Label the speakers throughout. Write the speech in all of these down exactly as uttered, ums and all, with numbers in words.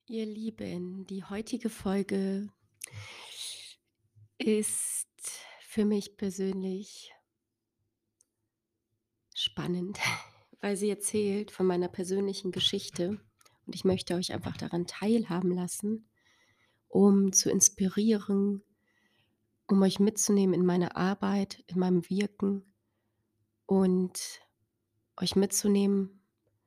Speaker 1: Ihr Lieben, die heutige Folge ist für mich persönlich spannend, weil sie erzählt von meiner persönlichen Geschichte und ich möchte euch einfach daran teilhaben lassen, um zu inspirieren, um euch mitzunehmen in meine Arbeit, in meinem Wirken und euch mitzunehmen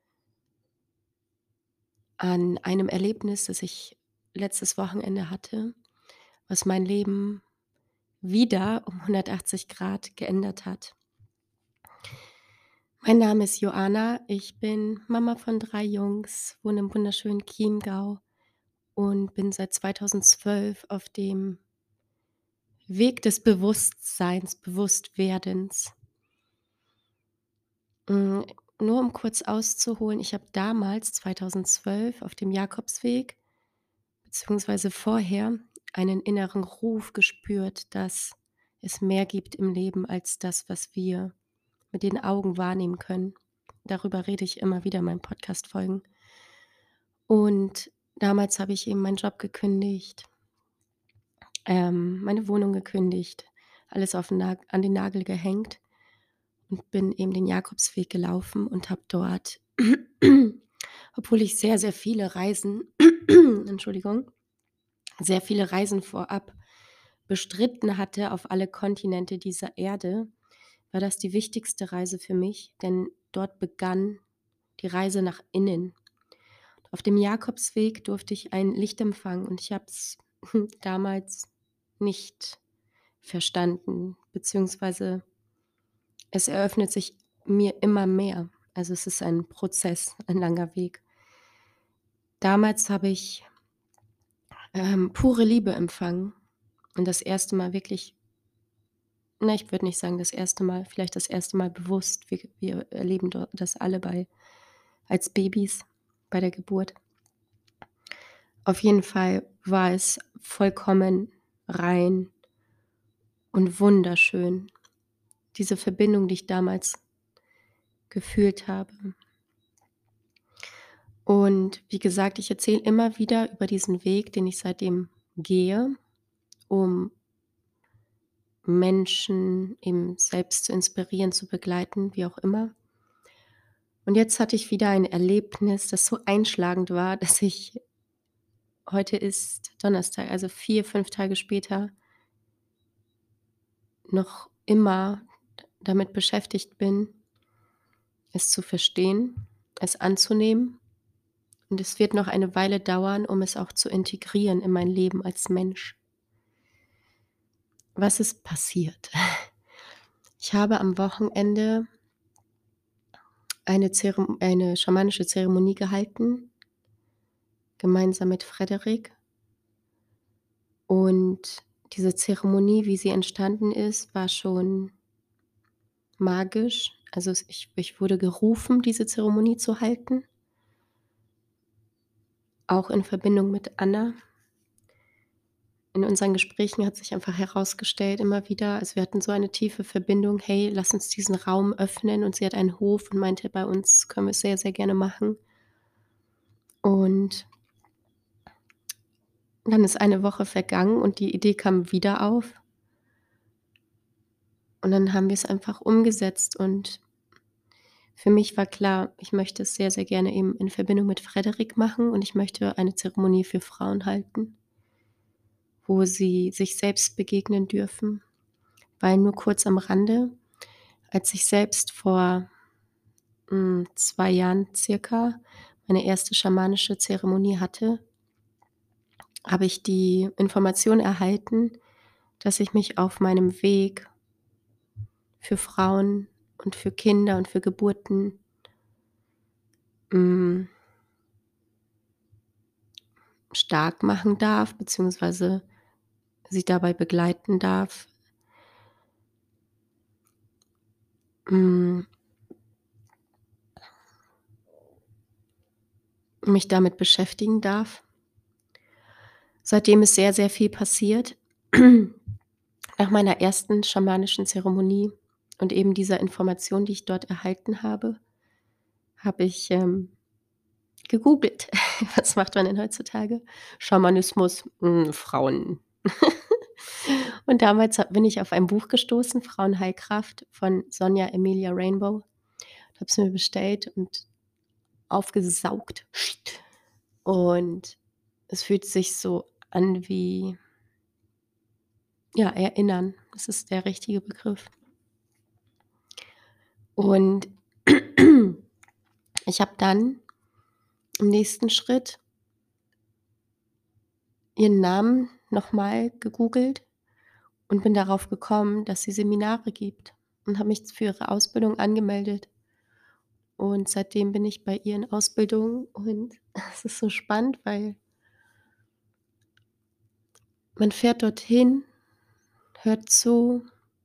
Speaker 1: an einem Erlebnis, das ich letztes Wochenende hatte, was mein Leben wieder um hundertachtzig Grad geändert hat. Mein Name ist Joanna, ich bin Mama von drei Jungs, wohne im wunderschönen Chiemgau und bin seit zweitausendzwölf auf dem Weg des Bewusstseins, Bewusstwerdens. Hm, nur um kurz auszuholen, ich habe damals zweitausendzwölf auf dem Jakobsweg beziehungsweise vorher einen inneren Ruf gespürt, dass es mehr gibt im Leben als das, was wir mit den Augen wahrnehmen können. Darüber rede ich immer wieder in meinen Podcast-Folgen. Und damals habe ich eben meinen Job gekündigt, ähm, meine Wohnung gekündigt, alles auf 'n Nag an den Nagel gehängt und bin eben den Jakobsweg gelaufen und habe dort, obwohl ich sehr, sehr viele Reisen Entschuldigung, sehr viele Reisen vorab bestritten hatte auf alle Kontinente dieser Erde, war das die wichtigste Reise für mich, denn dort begann die Reise nach innen. Auf dem Jakobsweg durfte ich ein Licht empfangen und ich habe es damals nicht verstanden, beziehungsweise es eröffnet sich mir immer mehr. Also, es ist ein Prozess, ein langer Weg. Damals habe ich, ähm, pure Liebe empfangen und das erste Mal wirklich ne, ich würde nicht sagen das erste Mal, vielleicht das erste Mal bewusst. Wir wir erleben do das alle bei als Babys bei der Geburt. Auf jeden Fall war es vollkommen rein und wunderschön, diese Verbindung, die ich damals gefühlt habe. Und wie gesagt, ich erzähle immer wieder über diesen Weg, den ich seitdem gehe, um Menschen eben selbst zu inspirieren, zu begleiten, wie auch immer. Und jetzt hatte ich wieder ein Erlebnis, das so einschlagend war, dass ich heute ist Donnerstag, also vier, fünf Tage später noch immer d damit beschäftigt bin es zu verstehen, es anzunehmen. Und es wird noch eine Weile dauern, um es auch zu integrieren in mein Leben als Mensch. Was ist passiert? Ich habe am Wochenende eine Zerem eine schamanische Zeremonie gehalten gemeinsam mit Frederik. Und diese Zeremonie, wie sie entstanden ist, war schon magisch. Also, es ich ich wurde gerufen, diese Zeremonie zu halten. Auch in Verbindung mit Anna. In unseren Gesprächen hat sich einfach herausgestellt immer wieder also, wir hatten so eine tiefe Verbindung: „Hey, lass uns diesen Raum öffnen.“ Und sie hat einen Hof und meinte: „Bei uns können wir es sehr, sehr gerne machen.“ Und dann ist eine Woche vergangen und die Idee kam wieder auf. Und dann haben wir's einfach umgesetzt und für mich war klar, ich möchte es sehr, sehr gerne eben in Verbindung mit Frederik machen und ich möchte eine Zeremonie für Frauen halten wo sie sich selbst begegnen dürfen. Weil nur kurz am Rande, als ich selbst vor, hm, zwei Jahren circa meine erste schamanische Zeremonie hatte habe ich die Information erhalten, dass ich mich auf meinem Weg für Frauen und für Kinder und für Geburten hm stark machen darf, beziehungsweise sie dabei begleiten darf hm mich damit beschäftigen darf. Seitdem ist sehr, sehr viel passiert. Nach meiner ersten schamanischen Zeremonie und eben dieser Information, die ich dort erhalten habe, habe ich, ähm, gegoogelt. Was macht man denn heutzutage? Schamanismus, hm, Frauen. Und damals ha bin ich auf ein Buch gestoßen, Frauenheilkraft von Sonja Emilia Rainbow. Habe es mir bestellt und aufgesaugt. Und es fühlt sich so an wie ja, erinnern. Das ist der richtige Begriff. Und ich habe dann im nächsten Schritt ihren Namen noch mal gegoogelt und bin darauf gekommen, dass sie Seminare gibt und habe mich für ihre Ausbildung angemeldet. Und seitdem bin ich bei ihr in Ausbildung und es ist so spannend, weil man fährt dorthin, hört zu,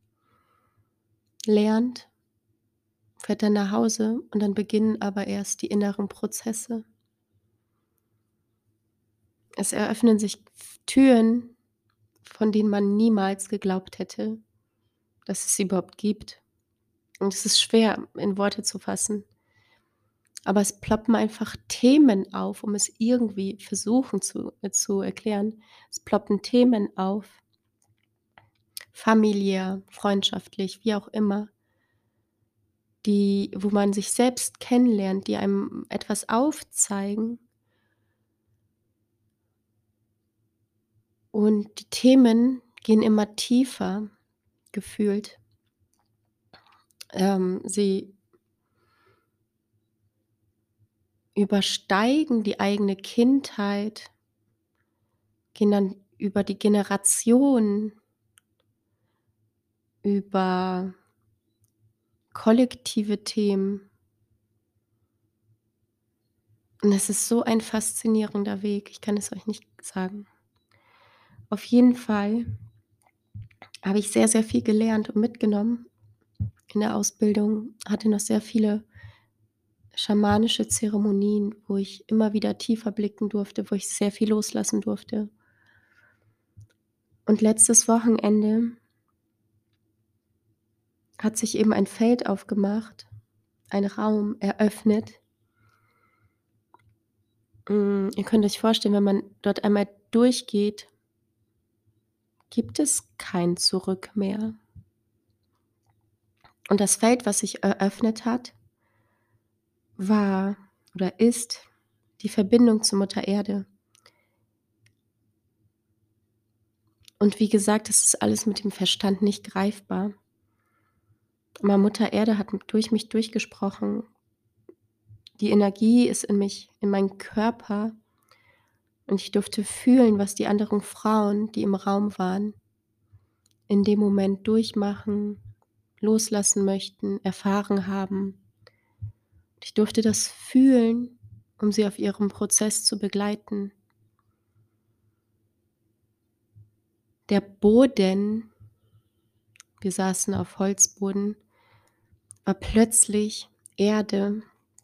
Speaker 1: lernt, fährt dann nach Hause und dann beginnen aber erst die inneren Prozesse. Es eröffnen sich f Türen, von denen man niemals geglaubt hätte, dass es sie überhaupt gibt. Und es ist schwer in Worte zu fassen. Aber es ploppen einfach Themen auf, um es irgendwie versuchen zu äh, zu erklären. Es ploppen Themen auf, familiär, freundschaftlich, wie auch immer, die wo man sich selbst kennenlernt, die einem etwas aufzeigen. Und die Themen gehen immer tiefer, gefühlt. Ähm, sie übersteigen die eigene Kindheit, gehen dann über die Generationen, über kollektive Themen. Und es ist so ein faszinierender Weg, ich kann es euch nicht sagen. Auf jeden Fall habe ich sehr, sehr viel gelernt und mitgenommen in der Ausbildung, hatte noch sehr viele schamanische Zeremonien, wo ich immer wieder tiefer blicken durfte, wo ich sehr viel loslassen durfte. Und letztes Wochenende hat sich eben ein Feld aufgemacht, ein Raum eröffnet. Hm, ihr könnt euch vorstellen, wenn man dort einmal durchgeht, gibt es kein Zurück mehr. Und das Feld, was sich eröffnet hat, war oder ist die Verbindung zur Mutter Erde. Und wie gesagt, das ist alles mit dem Verstand nicht greifbar. Aber Mutter Erde hat durch mich durchgesprochen. Die Energie ist in mich in meinen Körper und ich durfte fühlen, was die anderen Frauen, die im Raum waren, in dem Moment durchmachen, loslassen möchten, erfahren haben. Ich durfte das fühlen, um sie auf ihrem Prozess zu begleiten. Der Boden, wir saßen auf Holzboden, war plötzlich Erde,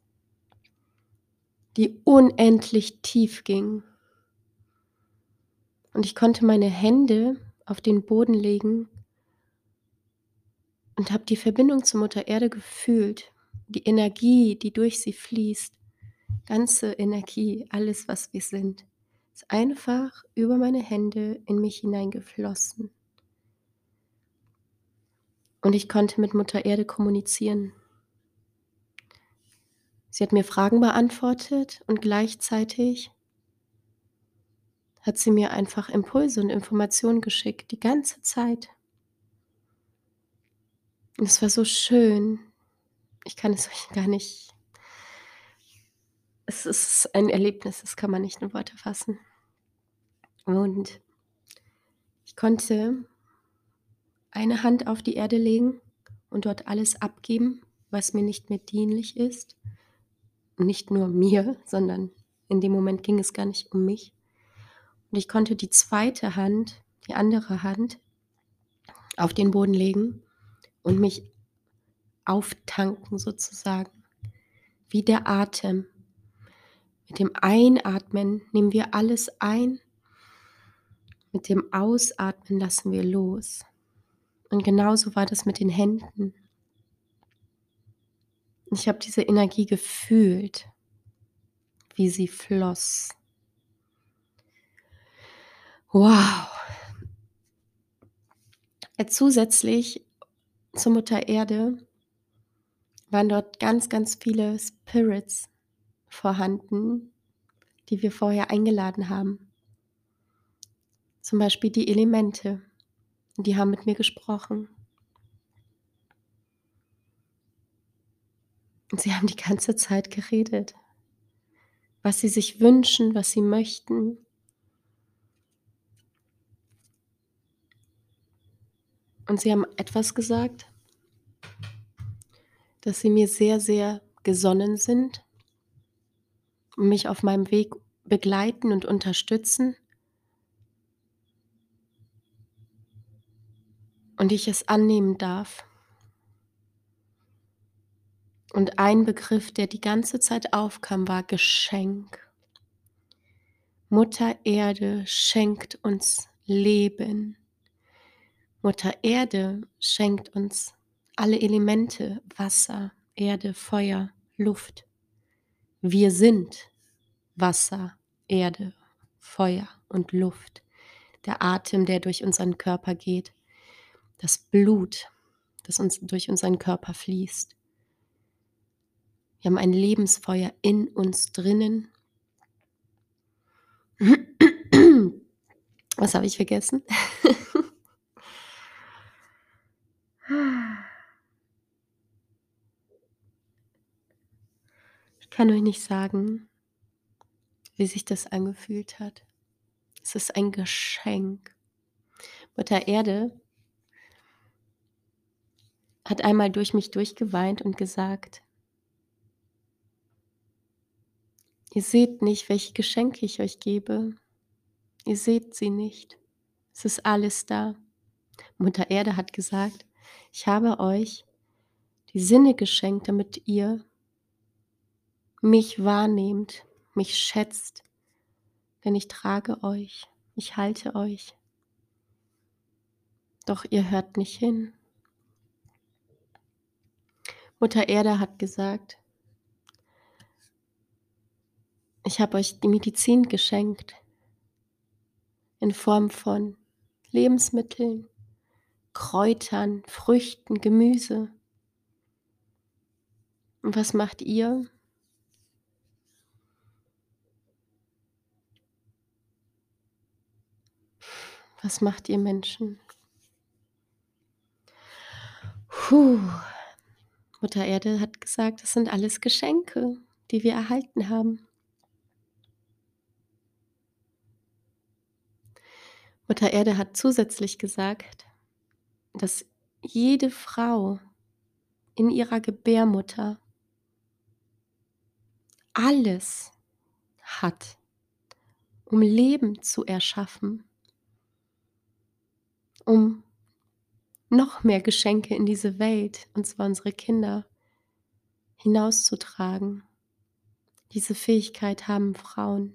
Speaker 1: die unendlich tief ging. Und ich konnte meine Hände auf den Boden legen und habe die Verbindung zur Mutter Erde gefühlt, die Energie, die durch sie fließt, ganze Energie, alles, was wir sind, ist einfach über meine Hände in mich hineingeflossen. Und ich konnte mit Mutter Erde kommunizieren. Sie hat mir Fragen beantwortet und gleichzeitig hat sie mir einfach Impulse und Informationen geschickt, die ganze Zeit. Und es war so schön. Ich kann es euch gar nicht es ist ein Erlebnis, das kann man nicht in Worte fassen. Und ich konnte eine Hand auf die Erde legen und dort alles abgeben, was mir nicht mehr dienlich ist. Nicht nur mir, sondern in dem Moment ging es gar nicht um mich. Und ich konnte die zweite Hand, die andere Hand auf den Boden legen und mich auftanken sozusagen, wie der Atem. Mit dem Einatmen nehmen wir alles ein, mit dem Ausatmen lassen wir los. Und genauso war das mit den Händen. Ich habe diese Energie gefühlt, wie sie floss. Wow. Äh, zusätzlich zur Mutter Erde waren dort ganz, ganz viele Spirits vorhanden, die wir vorher eingeladen haben. Zum Beispiel die Elemente. Die haben mit mir gesprochen. Und sie haben die ganze Zeit geredet. Was sie sich wünschen, was sie möchten. Und sie haben etwas gesagt dass sie mir sehr, sehr gesonnen sind und mich auf meinem Weg begleiten und unterstützen und ich es annehmen darf. Und ein Begriff, der die ganze Zeit aufkam, war Geschenk. Mutter Erde schenkt uns Leben. Mutter Erde schenkt uns alle Elemente, Wasser, Erde, Feuer, Luft. Wir sind Wasser, Erde, Feuer und Luft. Der Atem, der durch unseren Körper geht. Das Blut, das uns durch unseren Körper fließt. Wir haben ein Lebensfeuer in uns drinnen. Was habe ich vergessen? Ich kann euch nicht sagen, wie sich das angefühlt hat. Es ist ein Geschenk. Mutter Erde hat einmal durch mich durchgeweint und gesagt: „Ihr seht nicht, welche Geschenke ich euch gebe. Ihr seht sie nicht. Es ist alles da.“ Mutter Erde hat gesagt: „Ich habe euch die Sinne geschenkt, damit ihr mich wahrnehmt, mich schätzt, denn ich trage euch, ich halte euch. Doch ihr hört nicht hin.“ Mutter Erde hat gesagt: „Ich habe euch die Medizin geschenkt in Form von Lebensmitteln, Kräutern, Früchten, Gemüse. Und was macht ihr?“ Was macht ihr Menschen? Puh. Mutter Erde hat gesagt: „Das sind alles Geschenke, die wir erhalten haben.“ Mutter Erde hat zusätzlich gesagt, dass jede Frau in ihrer Gebärmutter alles hat, um Leben zu erschaffen, um noch mehr Geschenke in diese Welt, und zwar unsere Kinder, hinauszutragen. Diese Fähigkeit haben Frauen.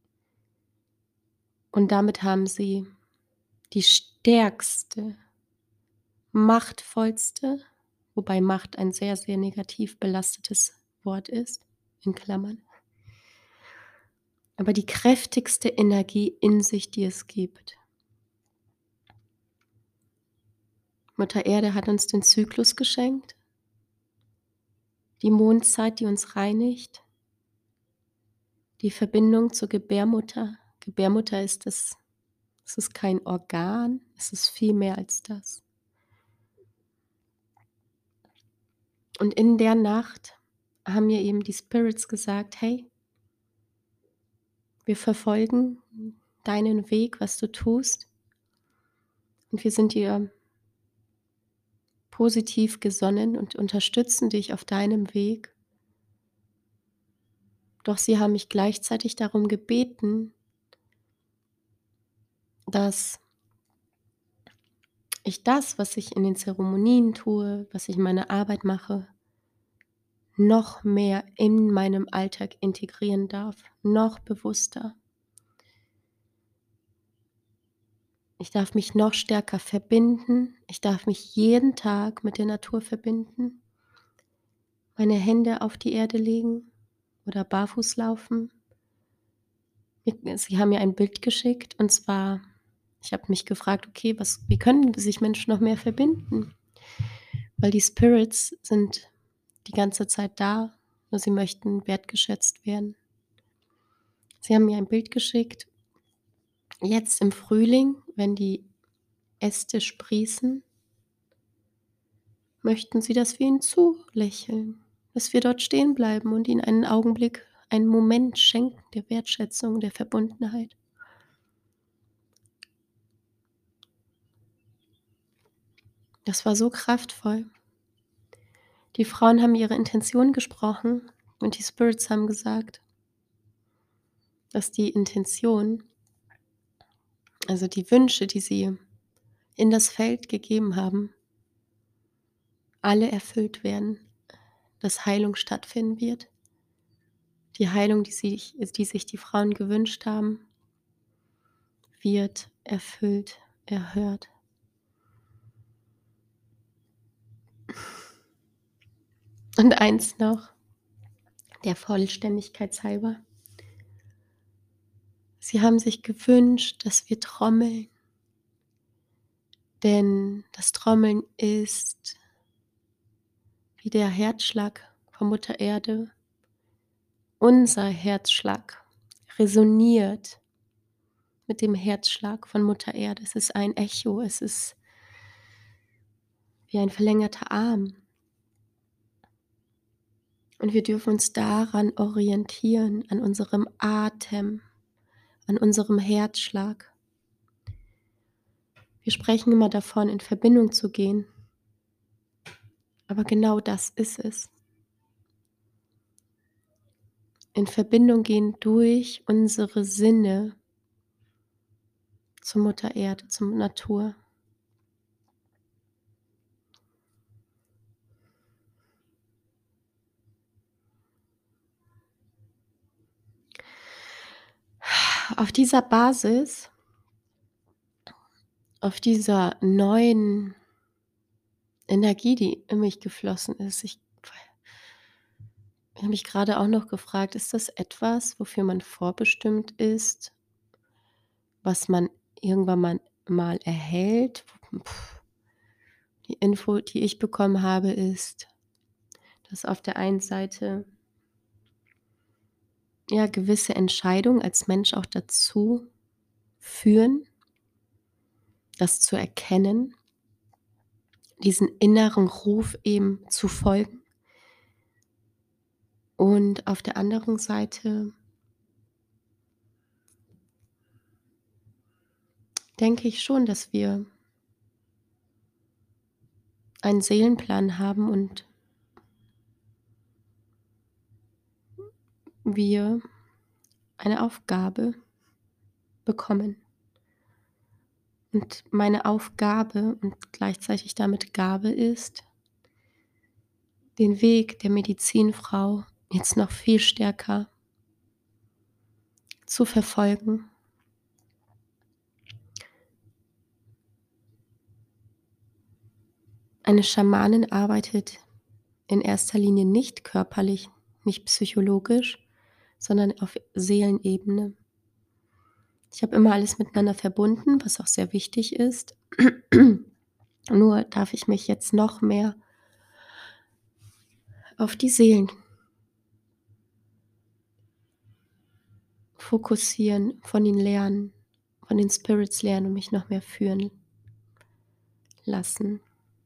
Speaker 1: Und damit haben sie die stärkste, machtvollste, wobei Macht ein sehr, sehr negativ belastetes Wort ist, in Klammern, aber die kräftigste Energie in sich, die es gibt. Mutter Erde hat uns den Zyklus geschenkt, die Mondzeit, die uns reinigt, die Verbindung zur Gebärmutter. Gebärmutter ist es es ist kein Organ, es ist viel mehr als das. Und in der Nacht haben mir eben die Spirits gesagt: „Hey“ „wir verfolgen deinen Weg, was du tust und wir sind dir positiv gesonnen und unterstützen dich auf deinem Weg.“ Doch sie haben mich gleichzeitig darum gebeten dass ich das, was ich in den Zeremonien tue, was ich in meiner Arbeit mache noch mehr in meinem Alltag integrieren darf, noch bewusster. Ich darf mich noch stärker verbinden. Ich darf mich jeden Tag mit der Natur verbinden. Meine Hände auf die Erde legen oder barfuß laufen J sie haben mir ein Bild geschickt und zwar ich habe mich gefragt: „Okay, was wie können sich Menschen noch mehr verbinden?“ Weil die Spirits sind die ganze Zeit da, nur sie möchten wertgeschätzt werden. Sie haben mir ein Bild geschickt jetzt im Frühling, wenn die Äste sprießen möchten sie, dass wir ihnen zulächeln, dass wir dort stehen bleiben und ihnen einen Augenblick, einen Moment schenken der Wertschätzung, der Verbundenheit. Das war so kraftvoll. Die Frauen haben ihre Intention gesprochen und die Spirits haben gesagt dass die Intention also die Wünsche, die sie in das Feld gegeben haben alle erfüllt werden, dass Heilung stattfinden wird. Die Heilung, die sich die sich die Frauen gewünscht haben wird erfüllt, erhört. Und eins noch, der Vollständigkeit halber. Sie haben sich gewünscht, dass wir trommeln. Denn das Trommeln ist wie der Herzschlag von Mutter Erde. Unser Herzschlag resoniert mit dem Herzschlag von Mutter Erde. Es ist ein Echo, es ist wie ein verlängerter Arm. Und wir dürfen uns daran orientieren, an unserem Atem, an unserem Herzschlag. Wir sprechen immer davon, in Verbindung zu gehen. Aber genau das ist es. In Verbindung gehen durch unsere Sinne zur Mutter Erde, zum Natur. Auf dieser Basis auf dieser neuen Energie, die in mich geflossen ist, ich habe mich grade auch noch gefragt: „Ist das etwas, wofür man vorbestimmt ist?“ Was man irgendwann man mal erhält? Die Info, die ich bekommen habe, ist, dass auf der einen Seite ja, gewisse Entscheidungen als Mensch auch dazu führen das zu erkennen, diesen inneren Ruf eben zu folgen. Und auf der anderen Seite denke ich schon, dass wir einen Seelenplan haben und wir eine Aufgabe bekommen. Und meine Aufgabe und gleichzeitig damit Gabe ist den Weg der Medizinfrau jetzt noch viel stärker zu verfolgen. Eine Schamanin arbeitet in erster Linie nicht körperlich, nicht psychologisch, sondern auf Seelenebene. Ich habe immer alles miteinander verbunden, was auch sehr wichtig ist. Nur darf ich mich jetzt noch mehr auf die Seelen fokussieren, von ihnen lernen, von den Spirits lernen und mich noch mehr führen lassen.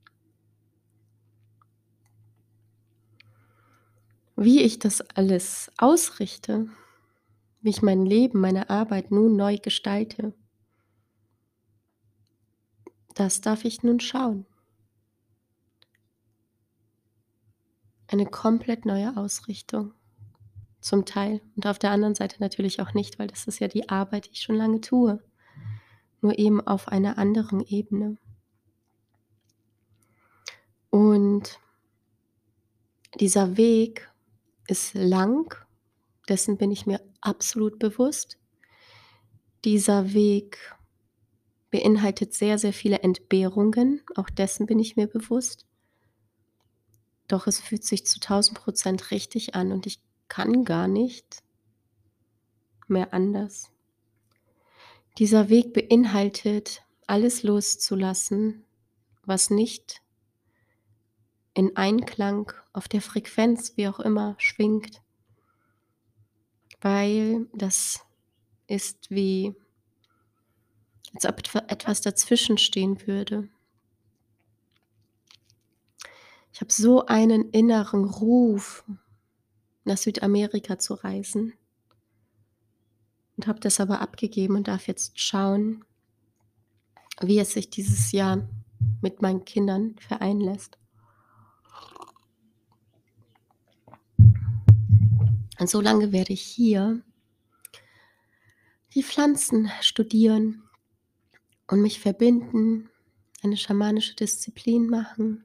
Speaker 1: Wie ich das alles ausrichte, wie ich mein Leben, meine Arbeit nun neu gestalte das darf ich nun schauen. Eine komplett neue Ausrichtung zum Teil und auf der anderen Seite natürlich auch nicht, weil das ist ja die Arbeit, die ich schon lange tue, nur eben auf einer anderen Ebene. Und dieser Weg ist lang, dessen bin ich mir absolut bewusst. Dieser Weg beinhaltet sehr, sehr viele Entbehrungen, auch dessen bin ich mir bewusst. Doch es fühlt sich zu tausend Prozent richtig an und ich kann gar nicht mehr anders. Dieser Weg beinhaltet, alles loszulassen, was nicht in Einklang auf der Frequenz, wie auch immer, schwingt, weil das ist wie, als ob etwa etwas dazwischen stehen würde. Ich habe so einen inneren Ruf, nach Südamerika zu reisen und habe das aber abgegeben und darf jetzt schauen, wie es sich dieses Jahr mit meinen Kindern vereinen lässt. Und so lange werde ich hier die Pflanzen studieren und mich verbinden, eine schamanische Disziplin machen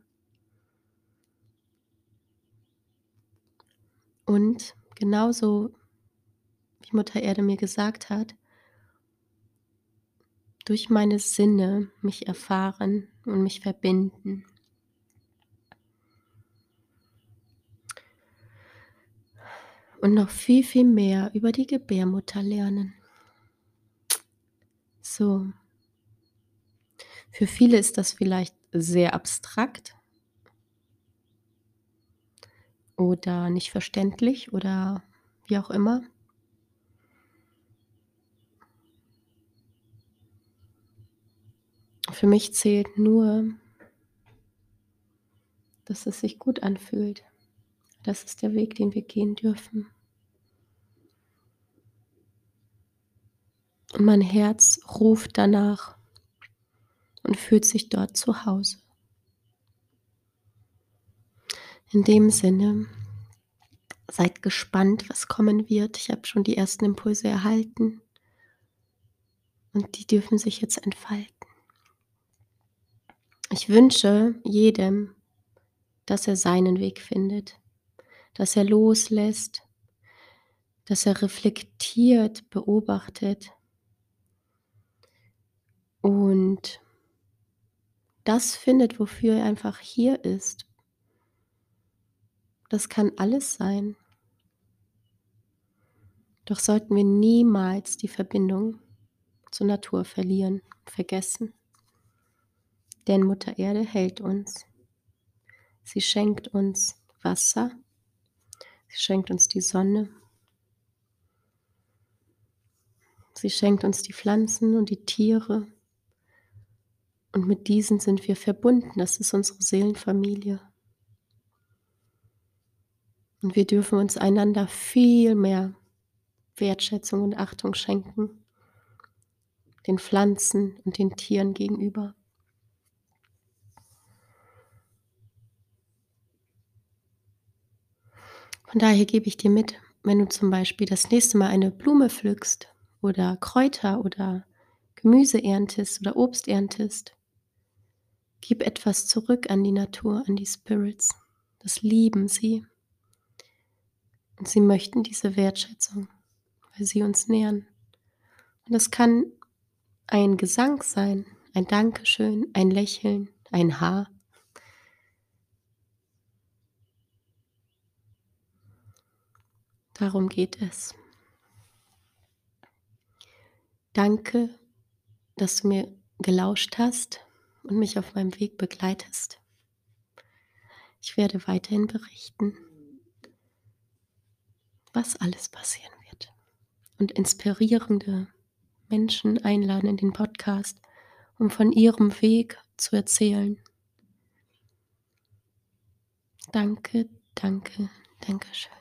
Speaker 1: und genauso wie Mutter Erde mir gesagt hat, durch meine Sinne mich erfahren und mich verbinden. Und noch viel, viel mehr über die Gebärmutter lernen. So. Für viele ist das vielleicht sehr abstrakt oder nicht verständlich oder wie auch immer. Für mich zählt nur, dass es sich gut anfühlt. Das ist der Weg, den wir gehen dürfen. Und mein Herz ruft danach und fühlt sich dort zu Hause. In dem Sinne, seid gespannt, was kommen wird. Ich habe schon die ersten Impulse erhalten und die dürfen sich jetzt entfalten. Ich wünsche jedem, dass er seinen Weg findet, dass er loslässt, dass er reflektiert, beobachtet und das findet, wofür er einfach hier ist. Das kann alles sein. Doch sollten wir niemals die Verbindung zur Natur verlieren, vergessen. Denn Mutter Erde hält uns. Sie schenkt uns Wasser, sie schenkt uns die Sonne, sie schenkt uns die Pflanzen und die Tiere. Und mit diesen sind wir verbunden, das ist unsere Seelenfamilie. Und wir dürfen uns einander viel mehr Wertschätzung und Achtung schenken, den Pflanzen und den Tieren gegenüber. Von daher gebe ich dir mit, wenn du zum Beispiel das nächste Mal eine Blume pflückst oder Kräuter oder Gemüse erntest oder Obst erntest, gib etwas zurück an die Natur, an die Spirits. Das lieben sie. Und sie möchten diese Wertschätzung, weil sie uns nähern. Und das kann ein Gesang sein, ein Dankeschön, ein Lächeln, ein Haar. Darum geht es. Danke, dass du mir gelauscht hast und mich auf meinem Weg begleitest. Ich werde weiterhin berichten, was alles passieren wird und inspirierende Menschen einladen in den Podcast, um von ihrem Weg zu erzählen. Danke, danke, danke schön.